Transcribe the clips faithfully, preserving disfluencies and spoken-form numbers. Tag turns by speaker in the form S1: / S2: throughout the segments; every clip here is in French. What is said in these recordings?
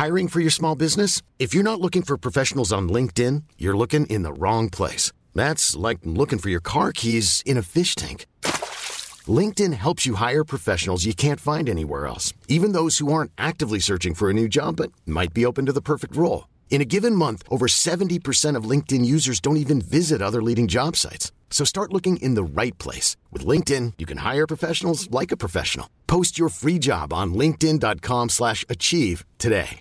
S1: Hiring for your small business? If you're not looking for professionals on LinkedIn, you're looking in the wrong place. That's like looking for your car keys in a fish tank. LinkedIn helps you hire professionals you can't find anywhere else, even those who aren't actively searching for a new job but might be open to the perfect role. In a given month, over seventy percent of LinkedIn users don't even visit other leading job sites. So start looking in the right place. With LinkedIn, you can hire professionals like a professional. Post your free job on linkedin dot com slash achieve today.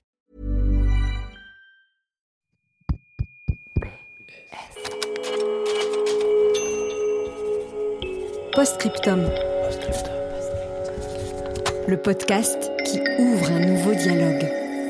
S2: Postscriptum. Le podcast qui ouvre un nouveau dialogue.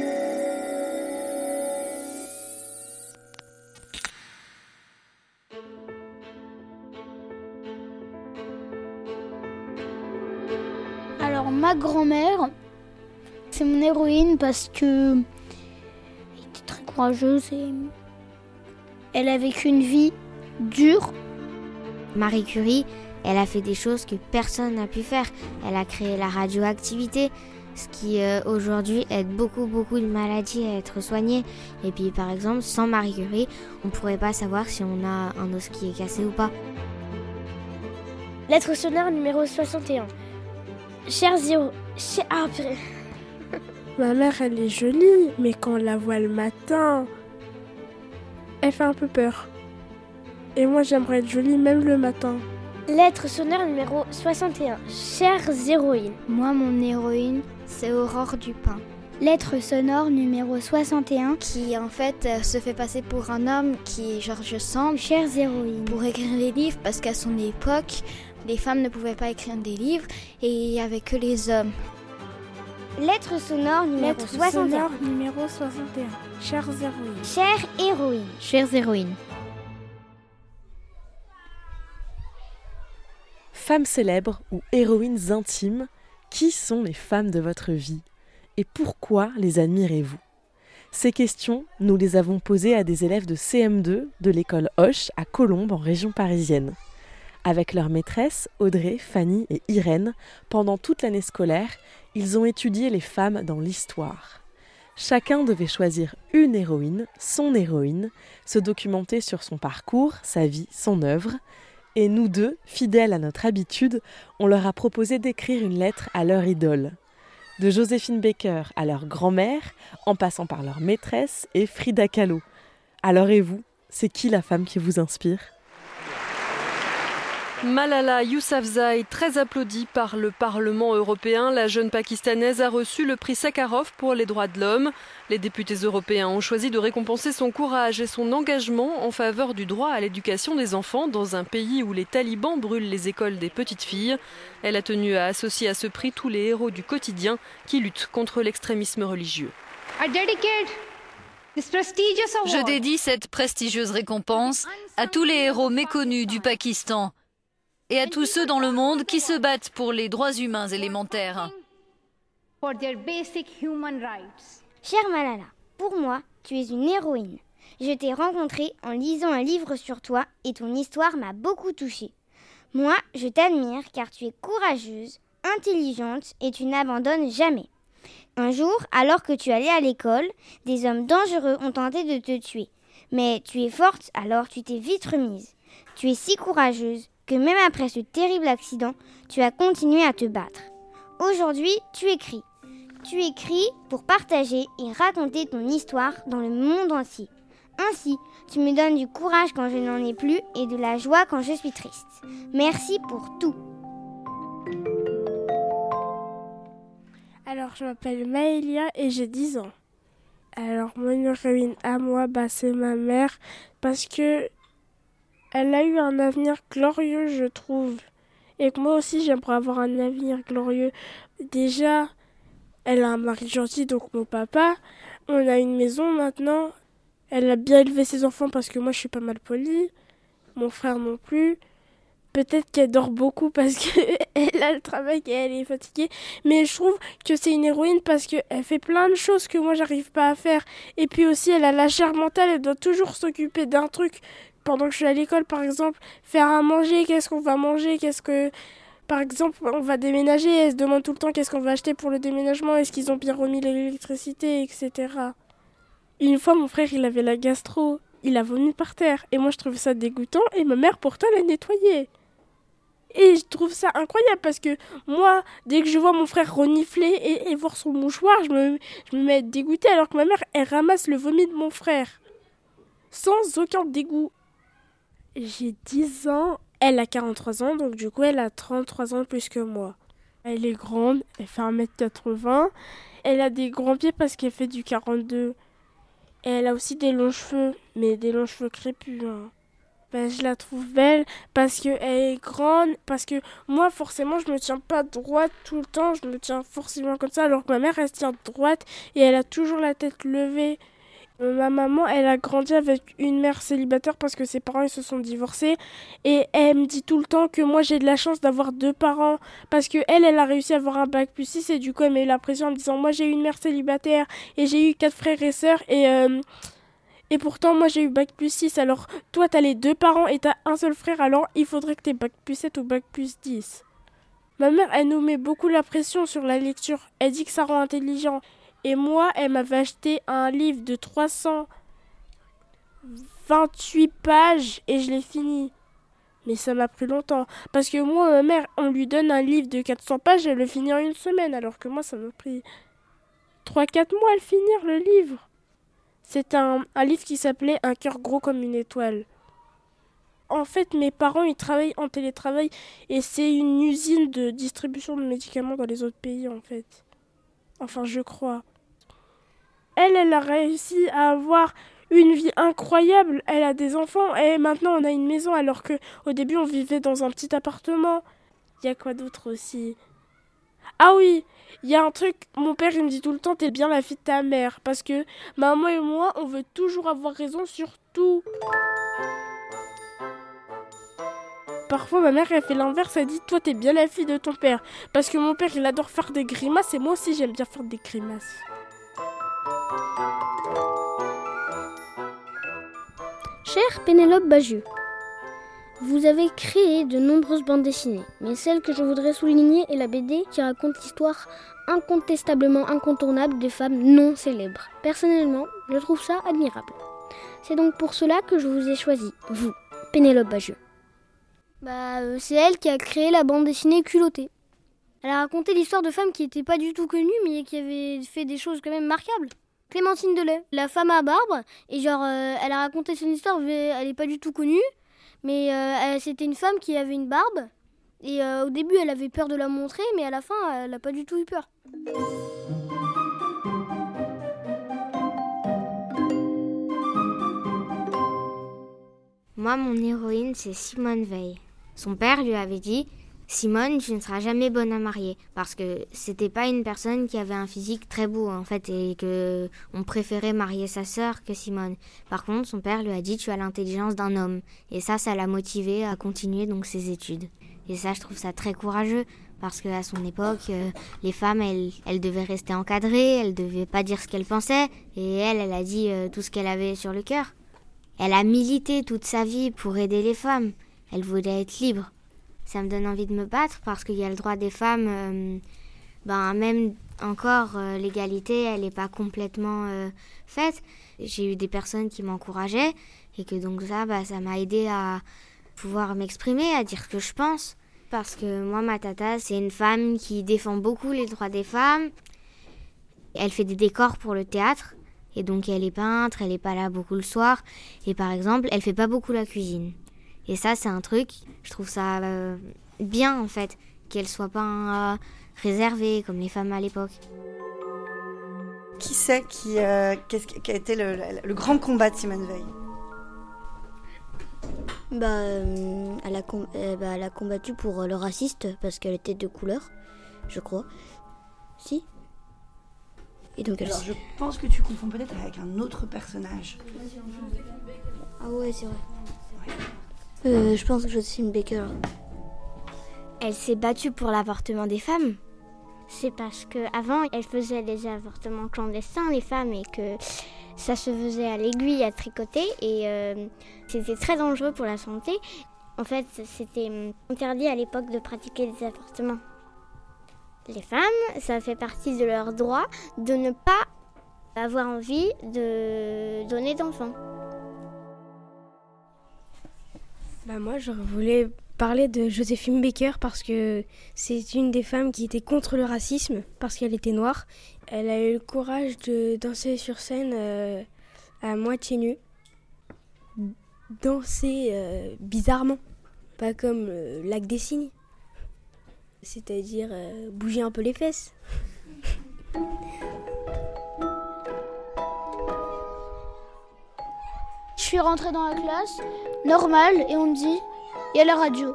S3: Alors ma grand-mère, c'est mon héroïne parce que elle était très courageuse et elle a vécu une vie dure.
S4: Marie Curie, elle a fait des choses que personne n'a pu faire. Elle a créé la radioactivité, ce qui euh, aujourd'hui aide beaucoup beaucoup de maladies à être soignées. Et puis par exemple, sans Marie Curie, on ne pourrait pas savoir si on a un os qui est cassé ou pas.
S5: Lettre sonore numéro soixante et un. Cher Zéro... Cher... Ah, purée.
S6: Ma mère, elle est jolie, mais quand on la voit le matin, elle fait un peu peur. Et moi, j'aimerais être jolie même le matin.
S5: Lettre sonore numéro soixante et un. Chères héroïnes.
S3: Moi, mon héroïne,
S4: C'est Aurore Dupin,
S3: lettre sonore numéro soixante et un.
S4: qui en fait euh, se fait passer pour un homme qui est George Sand
S3: Chères héroïnes.
S4: pour écrire des livres parce qu'à son époque, les femmes ne pouvaient pas écrire des livres et il n'y avait que les hommes.
S3: Lettre sonore numéro
S6: Lettre
S3: soixante et un.
S6: sonore numéro soixante et un. Chères héroïnes.
S3: Chères héroïnes.
S2: Chères héroïnes.
S7: Femmes célèbres ou héroïnes intimes, qui sont les femmes de votre vie et pourquoi les admirez-vous ? Ces questions, nous les avons posées à des élèves de C M deux de l'école Hoche à Colombes en région parisienne. Avec leurs maîtresses, Audrey, Fanny et Irène, pendant toute l'année scolaire, ils ont étudié les femmes dans l'histoire. Chacun devait choisir une héroïne, son héroïne, se documenter sur son parcours, sa vie, son œuvre. Et nous deux, fidèles à notre habitude, on leur a proposé d'écrire une lettre à leur idole. De Joséphine Baker à leur grand-mère, en passant par leur maîtresse et Frida Kahlo. Alors et vous, c'est qui la femme qui vous inspire ?
S8: Malala Yousafzai, très applaudie par le Parlement européen, la jeune Pakistanaise a reçu le prix Sakharov pour les droits de l'homme. Les députés européens ont choisi de récompenser son courage et son engagement en faveur du droit à l'éducation des enfants dans un pays où les talibans brûlent les écoles des petites filles. Elle a tenu à associer à ce prix tous les héros du quotidien qui luttent contre l'extrémisme religieux.
S9: Je dédie cette prestigieuse récompense à tous les héros méconnus du Pakistan et à tous ceux dans le monde qui se battent pour les droits humains élémentaires.
S3: Chère Malala, pour moi, tu es une héroïne. Je t'ai rencontrée en lisant un livre sur toi et ton histoire m'a beaucoup touchée. Moi, je t'admire car tu es courageuse, intelligente et tu n'abandonnes jamais. Un jour, alors que tu allais à l'école, des hommes dangereux ont tenté de te tuer. Mais tu es forte, alors tu t'es vite remise. Tu es si courageuse que même après ce terrible accident, tu as continué à te battre. Aujourd'hui, tu écris. Tu écris pour partager et raconter ton histoire dans le monde entier. Ainsi, tu me donnes du courage quand je n'en ai plus et de la joie quand je suis triste. Merci pour tout.
S6: Alors, je m'appelle Maëlia et j'ai dix ans. Alors, mon héroïne à moi, bah, c'est ma mère parce que elle a eu un avenir glorieux, je trouve. Et que moi aussi, j'aimerais avoir un avenir glorieux. Déjà, elle a un mari gentil, donc mon papa. On a une maison maintenant. Elle a bien élevé ses enfants parce que moi, je suis pas mal polie. Mon frère non plus. Peut-être qu'elle dort beaucoup parce qu'elle a le travail et elle est fatiguée. Mais je trouve que c'est une héroïne parce qu'elle fait plein de choses que moi, j'arrive pas à faire. Et puis aussi, elle a la charge mentale. Elle doit toujours s'occuper d'un truc. Pendant que je suis à l'école, par exemple, faire à manger, qu'est-ce qu'on va manger, qu'est-ce que... Par exemple, on va déménager, elle se demande tout le temps qu'est-ce qu'on va acheter pour le déménagement, est-ce qu'ils ont bien remis l'électricité, et cetera. Une fois, mon frère, il avait la gastro, il a vomi par terre. Et moi, je trouvais ça dégoûtant, et ma mère, pourtant, l'a nettoyé. Et je trouve ça incroyable, parce que moi, dès que je vois mon frère renifler et, et voir son mouchoir, je me, je me mets dégoûtée, alors que ma mère, elle ramasse le vomi de mon frère. Sans aucun dégoût. J'ai dix ans, elle a quarante-trois ans, donc du coup, elle a trente-trois ans de plus que moi. Elle est grande, elle fait un mètre quatre-vingts. Elle a des grands pieds parce qu'elle fait du quarante-deux. Et elle a aussi des longs cheveux, mais des longs cheveux crépus. Hein. Ben, je la trouve belle parce qu'elle est grande, parce que moi, forcément, je me tiens pas droite tout le temps, je me tiens forcément comme ça, alors que ma mère, elle se tient droite et elle a toujours la tête levée. Ma maman, elle a grandi avec une mère célibataire parce que ses parents ils se sont divorcés. Et elle me dit tout le temps que moi j'ai de la chance d'avoir deux parents. Parce que elle, elle a réussi à avoir un bac plus six et du coup elle m'a eu la pression en me disant moi j'ai eu une mère célibataire et j'ai eu quatre frères et sœurs et, euh, et pourtant moi j'ai eu bac plus six. Alors toi t'as les deux parents et t'as un seul frère, alors il faudrait que t'aies bac plus sept ou bac plus dix. Ma mère, elle nous met beaucoup la pression sur la lecture. Elle dit que ça rend intelligent. Et moi, elle m'avait acheté un livre de trois cent vingt-huit pages et je l'ai fini. Mais ça m'a pris longtemps. Parce que moi, ma mère, on lui donne un livre de quatre cents pages et elle le finit en une semaine. Alors que moi, ça m'a pris trois à quatre mois à le finir, le livre. C'est un, un livre qui s'appelait « Un cœur gros comme une étoile ». En fait, mes parents, ils travaillent en télétravail et c'est une usine de distribution de médicaments dans les autres pays, en fait. Enfin, je crois. Elle, elle a réussi à avoir une vie incroyable. Elle a des enfants et maintenant on a une maison alors qu'au début on vivait dans un petit appartement. Il y a quoi d'autre aussi ? Ah oui, il y a un truc, mon père il me dit tout le temps, t'es bien la fille de ta mère. Parce que maman et moi, on veut toujours avoir raison sur tout. Parfois, ma mère, elle fait l'inverse, elle dit, toi, t'es bien la fille de ton père. Parce que mon père, il adore faire des grimaces et moi aussi, j'aime bien faire des grimaces.
S5: Chère Pénélope Bagieux, vous avez créé de nombreuses bandes dessinées, mais celle que je voudrais souligner est la B D qui raconte l'histoire incontestablement incontournable de femmes non célèbres. Personnellement, je trouve ça admirable. C'est donc pour cela que je vous ai choisi, vous, Pénélope Bagieux. Bah, euh, c'est elle qui a créé la bande dessinée Culottée. Elle a raconté l'histoire de femmes qui n'étaient pas du tout connues, mais qui avaient fait des choses quand même marquables. Clémentine Delay, la femme à barbe, et genre, euh, elle a raconté son histoire, elle n'est pas du tout connue, mais euh, elle, c'était une femme qui avait une barbe, et euh, au début, elle avait peur de la montrer, mais à la fin, elle n'a pas du tout eu peur.
S4: Moi, mon héroïne, c'est Simone Veil. Son père lui avait dit « Simone, tu ne seras jamais bonne à marier » parce que c'était pas une personne qui avait un physique très beau en fait et que on préférait marier sa sœur que Simone. Par contre, son père lui a dit « Tu as l'intelligence d'un homme » et ça, ça l'a motivée à continuer donc ses études. Et ça, je trouve ça très courageux parce qu'à son époque, euh, les femmes, elles, elles devaient rester encadrées, elles devaient pas dire ce qu'elles pensaient et elle, elle a dit euh, tout ce qu'elle avait sur le cœur. Elle a milité toute sa vie pour aider les femmes. Elle voulait être libre. Ça me donne envie de me battre parce qu'il y a le droit des femmes. Euh, ben même encore, euh, l'égalité, elle n'est pas complètement euh, faite. J'ai eu des personnes qui m'encourageaient et que donc ça, bah, ça m'a aidé à pouvoir m'exprimer, à dire ce que je pense. Parce que moi, ma tata, c'est une femme qui défend beaucoup les droits des femmes. Elle fait des décors pour le théâtre. Et donc elle est peintre, elle est pas là beaucoup le soir. Et par exemple, elle fait pas beaucoup la cuisine. Et ça, c'est un truc, je trouve ça euh, bien en fait, qu'elle soit pas euh, réservée comme les femmes à l'époque.
S10: Qui c'est qui, euh, qu'est-ce qui a été le, le, le grand combat de Simone Veil ?
S11: Bah, euh, elle, a com- euh, bah, elle a combattu pour euh, le raciste parce qu'elle était de couleur, je crois. Si ? Et donc,
S10: alors, je pense que tu confonds peut-être avec un autre personnage.
S11: Ah ouais, c'est vrai. Ouais. Euh, je pense que Josephine Baker.
S12: Elle s'est battue pour l'avortement des femmes. C'est parce qu'avant, elle faisait des avortements clandestins, les femmes, et que ça se faisait à l'aiguille à tricoter. Et euh, c'était très dangereux pour la santé. En fait, c'était interdit à l'époque de pratiquer des avortements. Les femmes, ça fait partie de leur droit de ne pas avoir envie de donner d'enfants.
S5: Bah moi, je voulais parler de Joséphine Baker parce que c'est une des femmes qui était contre le racisme parce qu'elle était noire. Elle a eu le courage de danser sur scène euh, à moitié nue. Danser euh, bizarrement, pas comme le lac des cygnes. C'est-à-dire euh, bouger un peu les fesses.
S13: Je suis rentrée dans la classe, normal, et on me dit, il y a la radio.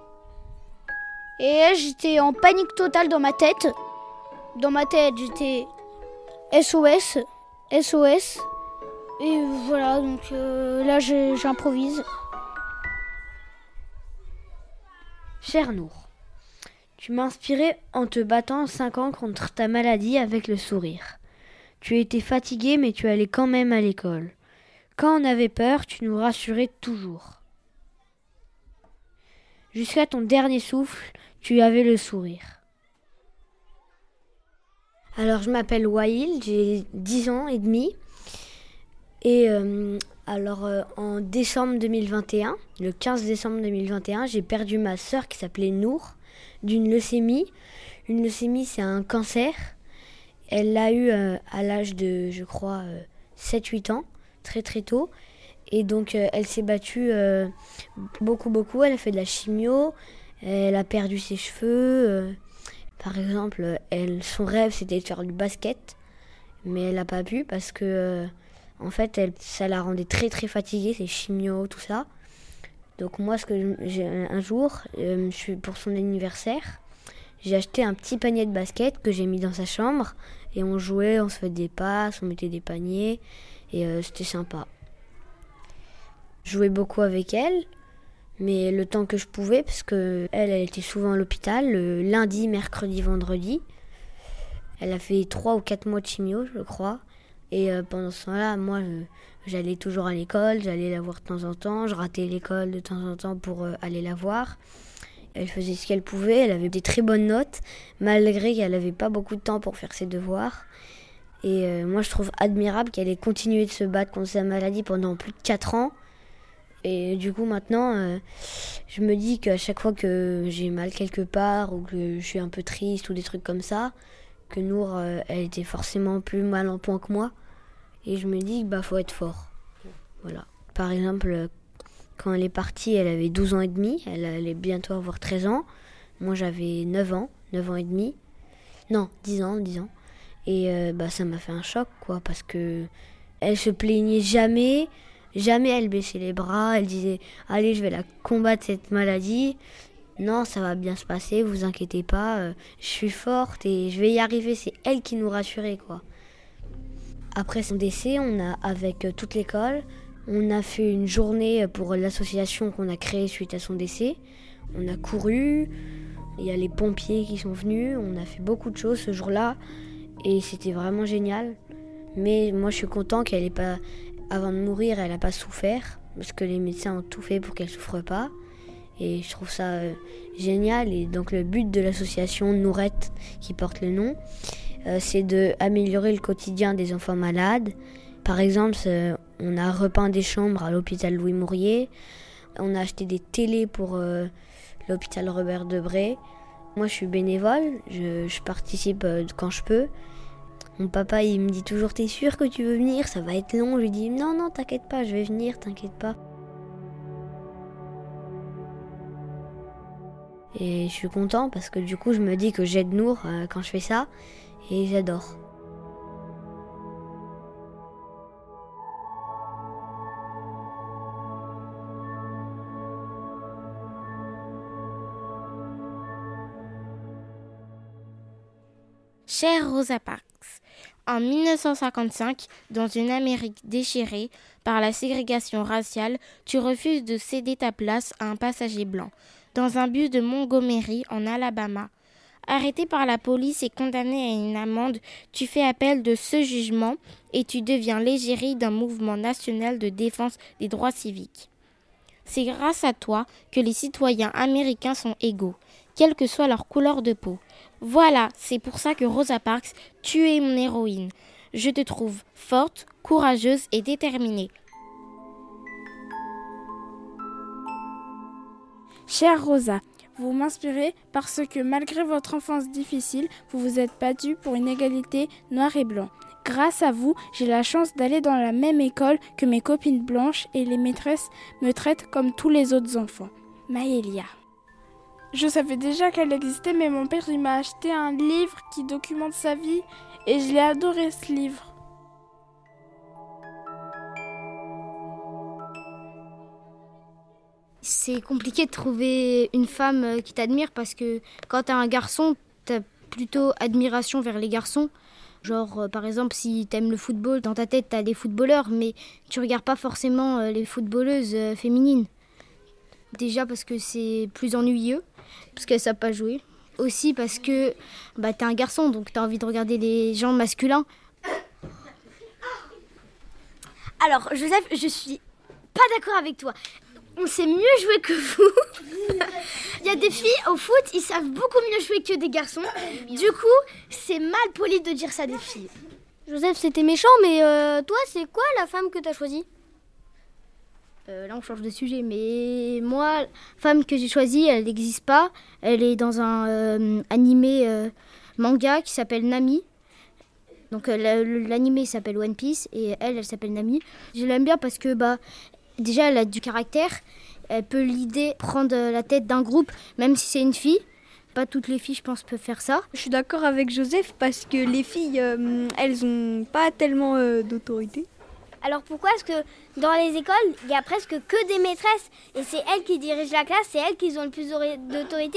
S13: Et j'étais en panique totale dans ma tête. Dans ma tête, j'étais S O S, S O S. Et voilà, donc euh, là, je, j'improvise.
S14: Cher Nour, tu m'as inspiré en te battant cinq ans contre ta maladie avec le sourire. Tu étais fatiguée, mais tu allais quand même à l'école. Quand on avait peur, tu nous rassurais toujours. Jusqu'à ton dernier souffle, tu avais le sourire.
S4: Alors, je m'appelle Wail, j'ai dix ans et demi. Et euh, alors, euh, en décembre deux mille vingt et un, le quinze décembre deux mille vingt et un, j'ai perdu ma sœur qui s'appelait Nour d'une leucémie. Une leucémie, c'est un cancer. Elle l'a eu euh, à l'âge de, je crois, euh, sept huit ans. Très très tôt, et donc euh, elle s'est battue euh, beaucoup beaucoup, elle a fait de la chimio, elle a perdu ses cheveux, euh, par exemple elle, son rêve c'était de faire du basket, mais elle n'a pas pu parce que euh, en fait elle, ça la rendait très très fatiguée, ses chimio, tout ça. Donc moi ce que j'ai, un jour, euh, je suis pour son anniversaire, j'ai acheté un petit panier de basket que j'ai mis dans sa chambre, et on jouait, on se faisait des passes, on mettait des paniers. Et euh, c'était sympa. Je jouais beaucoup avec elle, mais le temps que je pouvais, parce que elle, elle était souvent à l'hôpital, le lundi, mercredi, vendredi. Elle a fait trois ou quatre mois de chimio, je crois. Et euh, pendant ce temps-là, moi, je, j'allais toujours à l'école, j'allais la voir de temps en temps. Je ratais l'école de temps en temps pour euh, aller la voir. Elle faisait ce qu'elle pouvait, elle avait des très bonnes notes, malgré qu'elle n'avait pas beaucoup de temps pour faire ses devoirs. Et euh, moi, je trouve admirable qu'elle ait continué de se battre contre sa maladie pendant plus de quatre ans. Et du coup, maintenant, euh, je me dis qu'à chaque fois que j'ai mal quelque part ou que je suis un peu triste ou des trucs comme ça, que Nour, euh, elle était forcément plus mal en point que moi. Et je me dis qu'il bah, faut être fort. Voilà. Par exemple, quand elle est partie, elle avait douze ans et demi. Elle allait bientôt avoir treize ans. Moi, j'avais neuf ans, neuf ans et demi. Non, dix ans, dix ans. Et euh, bah, ça m'a fait un choc, quoi, parce que elle se plaignait jamais, jamais elle baissait les bras, elle disait « Allez, je vais la combattre cette maladie, non, ça va bien se passer, vous inquiétez pas, euh, je suis forte et je vais y arriver », c'est elle qui nous rassurait, quoi. Après son décès, on a, avec toute l'école, on a fait une journée pour l'association qu'on a créée suite à son décès. On a couru, il y a les pompiers qui sont venus, on a fait beaucoup de choses ce jour-là. Et c'était vraiment génial. Mais moi, je suis content qu'elle ait pas, avant de mourir, elle n'a pas souffert. Parce que les médecins ont tout fait pour qu'elle ne souffre pas. Et je trouve ça euh, génial. Et donc, le but de l'association Nourette, qui porte le nom, euh, c'est d'améliorer le quotidien des enfants malades. Par exemple, on a repeint des chambres à l'hôpital Louis Mourier. On a acheté des télés pour euh, l'hôpital Robert Debré. Moi, je suis bénévole. Je, je participe euh, quand je peux. Mon papa, il me dit toujours « T'es sûr que tu veux venir ? Ça va être long. » Je lui dis « Non, non, t'inquiète pas, je vais venir, t'inquiète pas. » Et je suis content parce que du coup, je me dis que j'aide Nour euh, quand je fais ça. Et j'adore.
S15: Chère Rosa Parks, en mille neuf cent cinquante-cinq, dans une Amérique déchirée par la ségrégation raciale, tu refuses de céder ta place à un passager blanc, dans un bus de Montgomery, en Alabama. Arrêté par la police et condamné à une amende, tu fais appel de ce jugement et tu deviens l'égérie d'un mouvement national de défense des droits civiques. C'est grâce à toi que les citoyens américains sont égaux, quelle que soit leur couleur de peau. Voilà, c'est pour ça que Rosa Parks, tu es mon héroïne. Je te trouve forte, courageuse et déterminée.
S6: Chère Rosa, vous m'inspirez parce que malgré votre enfance difficile, vous vous êtes battue pour une égalité noir et blanc. Grâce à vous, j'ai la chance d'aller dans la même école que mes copines blanches et les maîtresses me traitent comme tous les autres enfants. Maëlia. Je savais déjà qu'elle existait, mais mon père il m'a acheté un livre qui documente sa vie et je l'ai adoré ce livre.
S5: C'est compliqué de trouver une femme qui t'admire parce que quand t'as un garçon, t'as plutôt admiration vers les garçons. Genre, euh, par exemple, si t'aimes le football, dans ta tête, t'as des footballeurs, mais tu regardes pas forcément euh, les footballeuses euh, féminines. Déjà parce que c'est plus ennuyeux, parce qu'elles savent pas jouer. Aussi parce que bah, t'es un garçon, donc t'as envie de regarder les gens masculins.
S13: Alors, Joseph, je suis pas d'accord avec toi. On sait mieux jouer que vous. Il y a des filles au foot, ils savent beaucoup mieux jouer que des garçons. Du coup, c'est mal poli de dire ça des filles.
S5: Joseph, c'était méchant, mais euh, toi, c'est quoi la femme que t'as choisie ? euh, Là, on change de sujet, mais moi, la femme que j'ai choisie, elle n'existe pas. Elle est dans un euh, animé euh, manga qui s'appelle Nami. Donc euh, l'animé s'appelle One Piece et elle, elle s'appelle Nami. Je l'aime bien parce que bah, déjà, elle a du caractère. Elle peut l'idée prendre la tête d'un groupe, même si c'est une fille. Pas toutes les filles, je pense, peuvent faire ça.
S16: Je suis d'accord avec Joseph parce que les filles, euh, elles n'ont pas tellement euh, d'autorité.
S13: Alors pourquoi est-ce que dans les écoles, il y a presque que des maîtresses et c'est elles qui dirigent la classe, c'est elles qui ont le plus d'autorité?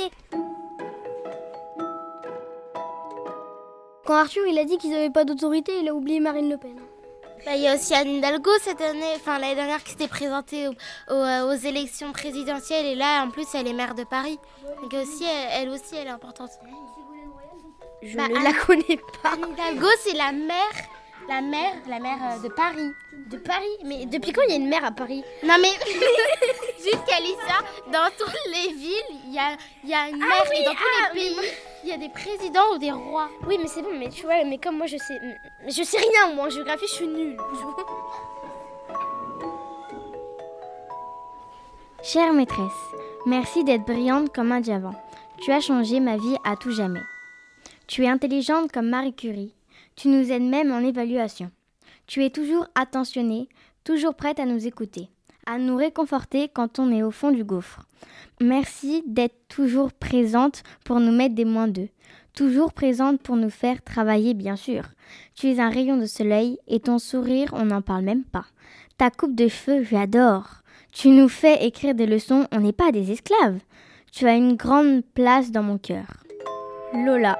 S5: Quand Arthur il a dit qu'ils n'avaient pas d'autorité, il a oublié Marine Le Pen.
S15: Bah, il y a aussi Anne Hidalgo cette année, enfin l'année dernière qui s'était présentée aux, aux, aux élections présidentielles et là en plus elle est maire de Paris. Donc aussi, elle, elle aussi elle est importante.
S5: Je bah, ne Anne, la connais pas.
S15: Anne Hidalgo c'est la maire, la maire, la maire de Paris.
S13: De Paris? Mais depuis quand il y a une maire à Paris?
S15: Non mais, jusqu'à Lisa, dans toutes les villes, il y a, y a une maire ah, oui, et dans tous ah, les pays, il oui. y a des présidents ou des rois.
S13: Oui mais c'est bon, mais tu vois, mais comme moi je sais, je sais rien moi en géographie, je suis nulle.
S4: Chère maîtresse, merci d'être brillante comme un diamant. Tu as changé ma vie à tout jamais. Tu es intelligente comme Marie Curie. Tu nous aides même en évaluation. Tu es toujours attentionnée, toujours prête à nous écouter, à nous réconforter quand on est au fond du gouffre. Merci d'être toujours présente pour nous mettre des moins deux. Toujours présente pour nous faire travailler, bien sûr. Tu es un rayon de soleil et ton sourire, on n'en parle même pas. Ta coupe de cheveux, j'adore. Tu nous fais écrire des leçons, on n'est pas des esclaves. Tu as une grande place dans mon cœur. Lola.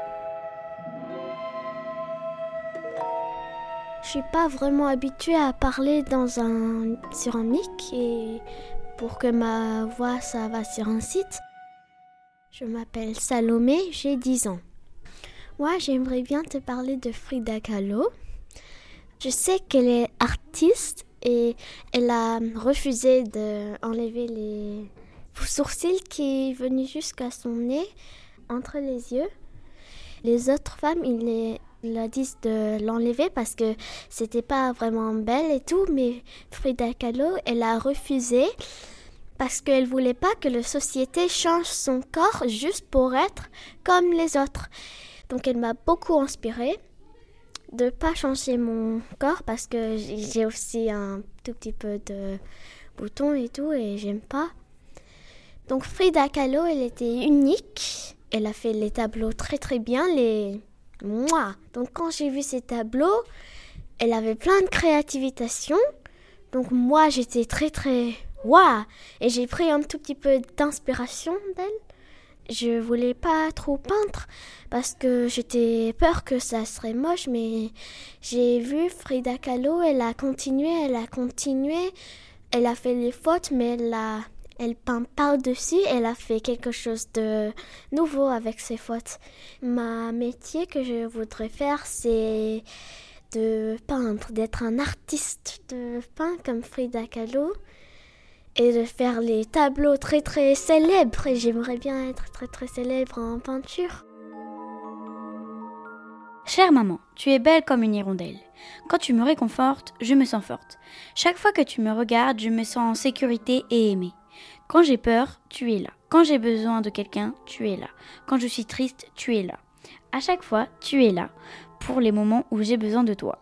S17: Je suis pas vraiment habituée à parler dans un, sur un mic et pour que ma voix ça va sur un site. Je m'appelle Salomé, j'ai dix ans. Moi, j'aimerais bien te parler de Frida Kahlo. Je sais qu'elle est artiste et elle a refusé d'enlever les sourcils qui venaient jusqu'à son nez, entre les yeux. Les autres femmes, ils les Ils la disent de l'enlever parce que c'était pas vraiment belle et tout, mais Frida Kahlo, elle a refusé parce qu'elle voulait pas que la société change son corps juste pour être comme les autres. Donc elle m'a beaucoup inspirée de pas changer mon corps parce que j'ai aussi un tout petit peu de boutons et tout et j'aime pas. Donc Frida Kahlo, elle était unique. Elle a fait les tableaux très très bien, les Moi. Donc quand j'ai vu ces tableaux, elle avait plein de créativité. Donc moi j'étais très très waouh et j'ai pris un tout petit peu d'inspiration d'elle. Je voulais pas trop peindre parce que j'étais peur que ça serait moche, mais j'ai vu Frida Kahlo, elle a continué, elle a continué, elle a fait les fautes, mais elle a Elle peint par-dessus, elle a fait quelque chose de nouveau avec ses fautes. Ma métier que je voudrais faire, c'est de peindre, d'être un artiste de peint comme Frida Kahlo. et de faire les tableaux très très célèbres. Et j'aimerais bien être très très célèbre en peinture.
S18: Chère maman, tu es belle comme une hirondelle. Quand tu me réconfortes, je me sens forte. Chaque fois que tu me regardes, je me sens en sécurité et aimée. Quand j'ai peur, tu es là. Quand j'ai besoin de quelqu'un, tu es là. Quand je suis triste, tu es là. À chaque fois, tu es là pour les moments où j'ai besoin de toi.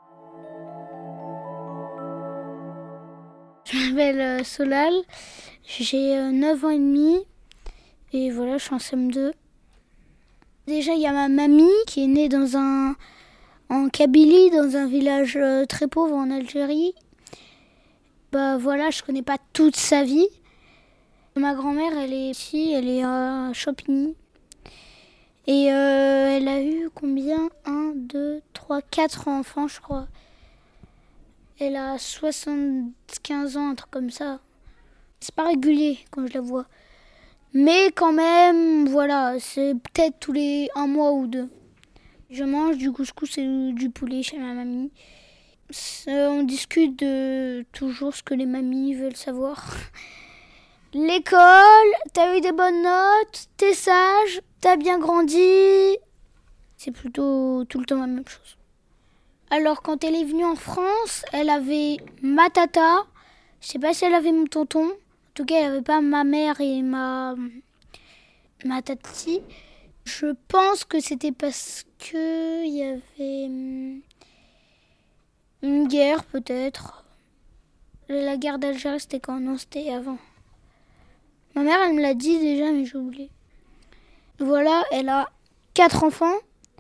S5: Je m'appelle euh, Solal, j'ai euh, neuf ans et demi et voilà, je suis en C M deux. Déjà, il y a ma mamie qui est née dans un, en Kabylie, dans un village euh, très pauvre en Algérie. Bah voilà, je connais pas toute sa vie. Ma grand-mère, elle est ici, elle est à Champigny. Et euh, elle a eu combien? un, deux, trois, quatre enfants, je crois. Elle a soixante-quinze ans, un truc comme ça. C'est pas régulier quand je la vois. Mais quand même, voilà, c'est peut-être tous les un mois ou deux. Je mange du couscous et du poulet chez ma mamie. On discute de toujours ce que les mamies veulent savoir. L'école, t'as eu des bonnes notes, t'es sage, t'as bien grandi. C'est plutôt tout le temps la même chose. Alors quand elle est venue en France, elle avait ma tata. Je sais pas si elle avait mon tonton. En tout cas, elle avait pas ma mère et ma, ma tati. Je pense que c'était parce que il y avait une guerre peut-être. La guerre d'Algérie, c'était quand? Non, c'était avant. Ma mère, elle me l'a dit déjà, mais j'ai oublié. Voilà, elle a quatre enfants.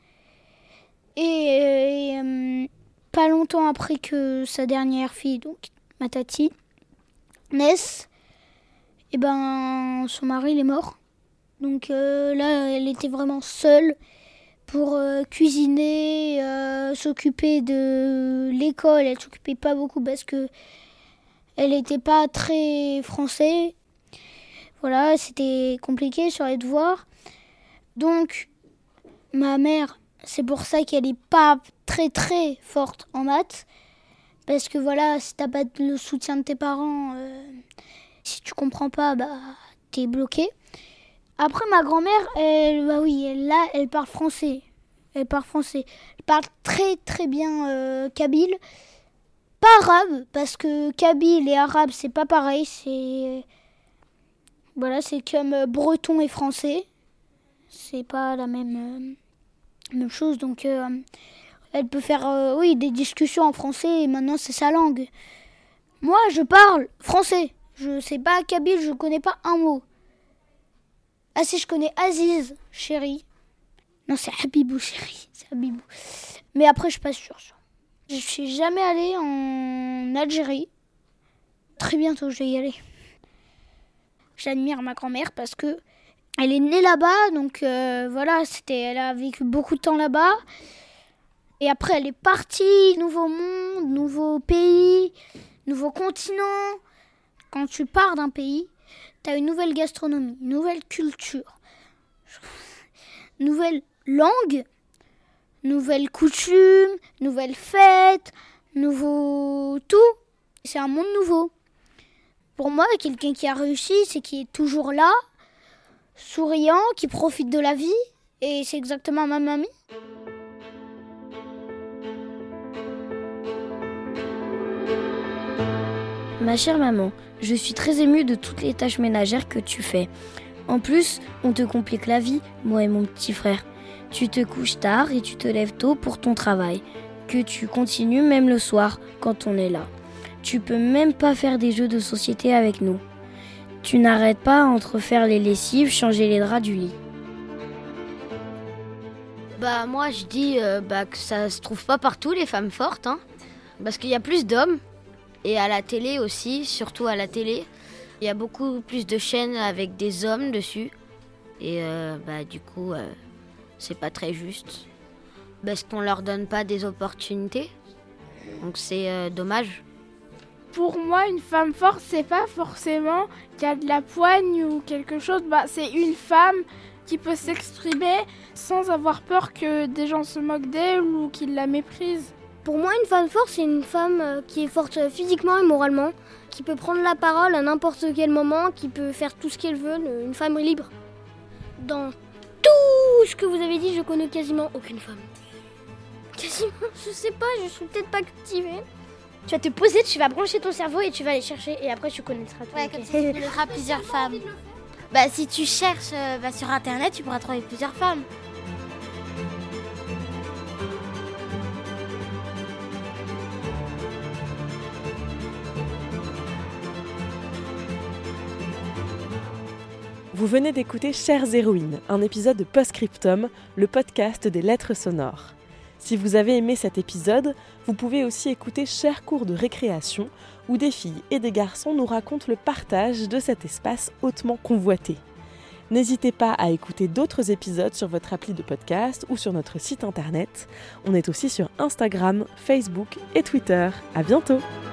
S5: Et, et euh, pas longtemps après que sa dernière fille, donc ma tati, naisse, et ben son mari il est mort. Donc euh, là, elle était vraiment seule pour euh, cuisiner, euh, s'occuper de l'école. Elle s'occupait pas beaucoup parce que elle était pas très français. Voilà, c'était compliqué sur les devoirs. Donc ma mère, c'est pour ça qu'elle n'est pas très très forte en maths. Parce que voilà, si t'as pas le soutien de tes parents, euh, si tu comprends pas, bah t'es bloqué. Après ma grand-mère, elle, bah oui, elle, là, elle parle français. Elle parle français. Elle parle très très bien euh, kabyle. Pas arabe, parce que kabyle et arabe, c'est pas pareil. C'est voilà, c'est comme euh, breton et français. C'est pas la même... Euh... Même chose, donc euh, elle peut faire euh, oui, des discussions en français et maintenant c'est sa langue. Moi je parle français, je sais pas kabyle, je connais pas un mot. Ah si, je connais Aziz, chéri. Non, c'est Habibou, chéri, c'est Habibou. Mais après je suis pas sûre. Je suis jamais allée en Algérie. Très bientôt je vais y aller. J'admire ma grand-mère parce que elle est née là-bas, donc euh, voilà, c'était, elle a vécu beaucoup de temps là-bas. Et après, elle est partie, nouveau monde, nouveau pays, nouveau continent. Quand tu pars d'un pays, tu as une nouvelle gastronomie, une nouvelle culture, nouvelle langue, nouvelles coutumes, nouvelles fêtes, nouveau tout. C'est un monde nouveau. Pour moi, quelqu'un qui a réussi, c'est qui est toujours là, souriant, qui profite de la vie, et c'est exactement ma mamie.
S14: Ma chère maman, je suis très émue de toutes les tâches ménagères que tu fais. En plus, on te complique la vie, moi et mon petit frère. Tu te couches tard et tu te lèves tôt pour ton travail, que tu continues même le soir quand on est là. Tu peux même pas faire des jeux de société avec nous. Tu n'arrêtes pas entre faire les lessives, changer les draps du lit.
S19: Bah moi je dis euh, bah, que ça se trouve pas partout les femmes fortes, hein, parce qu'il y a plus d'hommes. Et à la télé aussi, surtout à la télé, il y a beaucoup plus de chaînes avec des hommes dessus. Et euh, bah du coup, euh, c'est pas très juste. Parce qu'on leur donne pas des opportunités. Donc c'est euh, dommage.
S6: Pour moi, une femme forte, c'est pas forcément qui a de la poigne ou quelque chose. Bah, c'est une femme qui peut s'exprimer sans avoir peur que des gens se moquent d'elle ou qu'ils la méprisent.
S5: Pour moi, une femme forte, c'est une femme euh, qui est forte euh, physiquement et moralement, qui peut prendre la parole à n'importe quel moment, qui peut faire tout ce qu'elle veut, une femme libre. Dans tout ce que vous avez dit, je connais quasiment aucune femme. Quasiment, je sais pas, je suis peut-être pas cultivée.
S13: Tu vas te poser, tu vas brancher ton cerveau et tu vas aller chercher et après tu connaîtras tout.
S12: Ouais, comme ça tu connaîtras plusieurs femmes. Bah si tu cherches euh, bah, sur internet, tu pourras trouver plusieurs femmes.
S7: Vous venez d'écouter Chères Héroïnes, un épisode de Postscriptum, le podcast des lettres sonores. Si vous avez aimé cet épisode, vous pouvez aussi écouter Chers cours de récréation, où des filles et des garçons nous racontent le partage de cet espace hautement convoité. N'hésitez pas à écouter d'autres épisodes sur votre appli de podcast ou sur notre site internet. On est aussi sur Instagram, Facebook et Twitter. À bientôt!